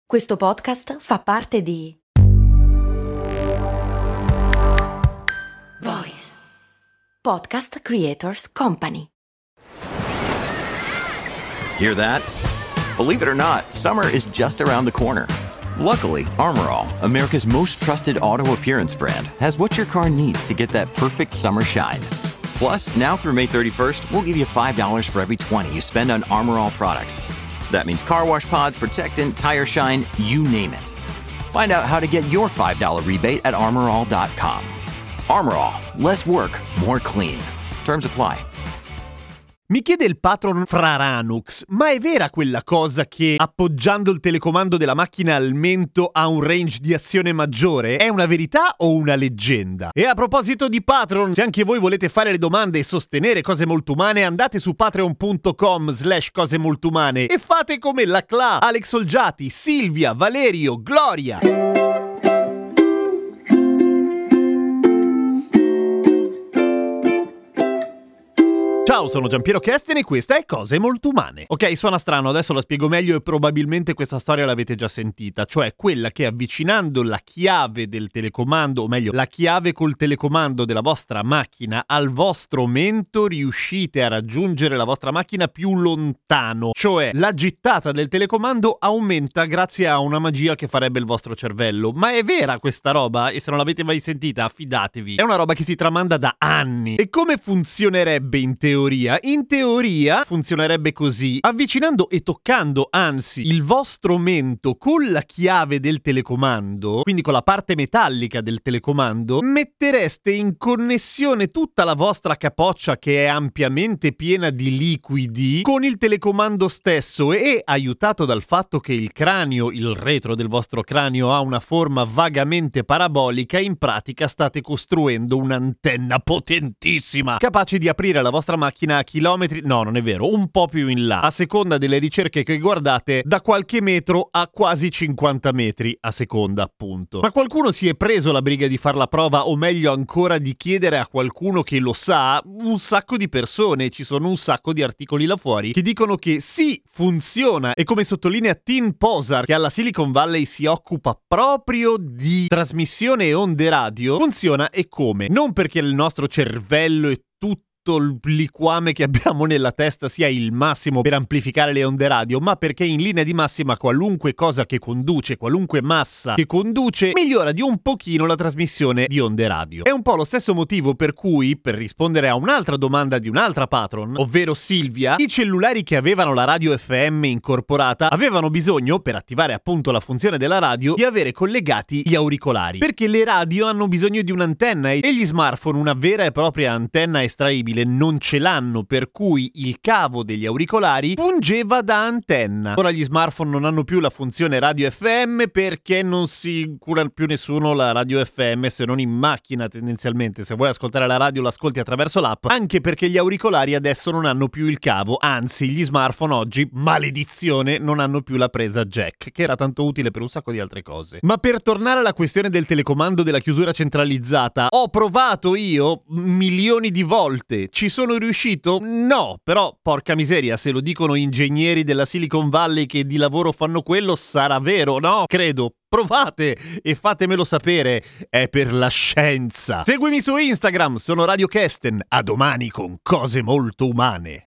Questo podcast fa parte di Voice Podcast Creators Company. Hear that? Believe it or not, summer is just around the corner. Luckily, Armor All, America's most trusted auto appearance brand, has what your car needs to get that perfect summer shine. Plus, now through May 31st, we'll give you $5 for every $20 you spend on Armor All products. That means car wash pods, protectant, tire shine, you name it. Find out how to get your $5 rebate at armorall.com. Armor All, less work, more clean. Terms apply. Mi chiede il patron Fraranux, ma è vera quella cosa che appoggiando il telecomando della macchina al mento ha un range di azione maggiore? È una verità o una leggenda? E a proposito di patron, se anche voi volete fare le domande e sostenere Cose Molto Umane, andate su patreon.com/Cose Molto Umane e fate come la Cla, Alex Olgiati, Silvia, Valerio, Gloria. Ciao, sono Giampiero Kesten e questa è Cose Molto Umane. Ok, suona strano, adesso la spiego meglio e probabilmente questa storia l'avete già sentita, cioè quella che avvicinando la chiave del telecomando, o meglio, la chiave col telecomando della vostra macchina al vostro mento riuscite a raggiungere la vostra macchina più lontano, cioè la gittata del telecomando aumenta grazie a una magia che farebbe il vostro cervello. Ma è vera questa roba? E se non l'avete mai sentita, fidatevi. È una roba che si tramanda da anni. E come funzionerebbe in teoria? In teoria funzionerebbe così: avvicinando e toccando, anzi, il vostro mento con la chiave del telecomando, quindi con la parte metallica del telecomando, mettereste in connessione tutta la vostra capoccia, che è ampiamente piena di liquidi, con il telecomando stesso e, aiutato dal fatto che il cranio, il retro del vostro cranio ha una forma vagamente parabolica, in pratica state costruendo un'antenna potentissima, capace di aprire la vostra macchina a chilometri, no, non è vero, un po' più in là, a seconda delle ricerche che guardate, da qualche metro a quasi 50 metri a seconda, appunto. Ma qualcuno si è preso la briga di far la prova, o meglio ancora di chiedere a qualcuno che lo sa? Un sacco di persone, ci sono un sacco di articoli là fuori che dicono che sì, funziona, e come sottolinea Tim Posar, che alla Silicon Valley si occupa proprio di trasmissione e onde radio, funziona. E come? Non perché il nostro cervello è tutto il liquame che abbiamo nella testa sia il massimo per amplificare le onde radio, ma perché in linea di massima qualunque cosa che conduce, qualunque massa che conduce, migliora di un pochino la trasmissione di onde radio. È un po' lo stesso motivo per cui, per rispondere a un'altra domanda di un'altra patron, ovvero Silvia, i cellulari che avevano la radio FM incorporata avevano bisogno, per attivare appunto la funzione della radio, di avere collegati gli auricolari, perché le radio hanno bisogno di un'antenna e gli smartphone una vera e propria antenna estraibile non ce l'hanno, per cui il cavo degli auricolari fungeva da antenna. Ora gli smartphone non hanno più la funzione radio FM perché non si cura più nessuno la radio FM, se non in macchina tendenzialmente. Se vuoi ascoltare la radio l'ascolti attraverso l'app, anche perché gli auricolari adesso non hanno più il cavo, anzi gli smartphone oggi, maledizione, non hanno più la presa jack, che era tanto utile per un sacco di altre cose. Ma per tornare alla questione del telecomando della chiusura centralizzata, ho provato io milioni di volte. Ci sono riuscito? No, però porca miseria, se lo dicono ingegneri della Silicon Valley che di lavoro fanno quello, sarà vero, no? Credo. Provate e fatemelo sapere, è per la scienza. Seguimi su Instagram, sono Radio Kesten. A domani con Cose Molto Umane.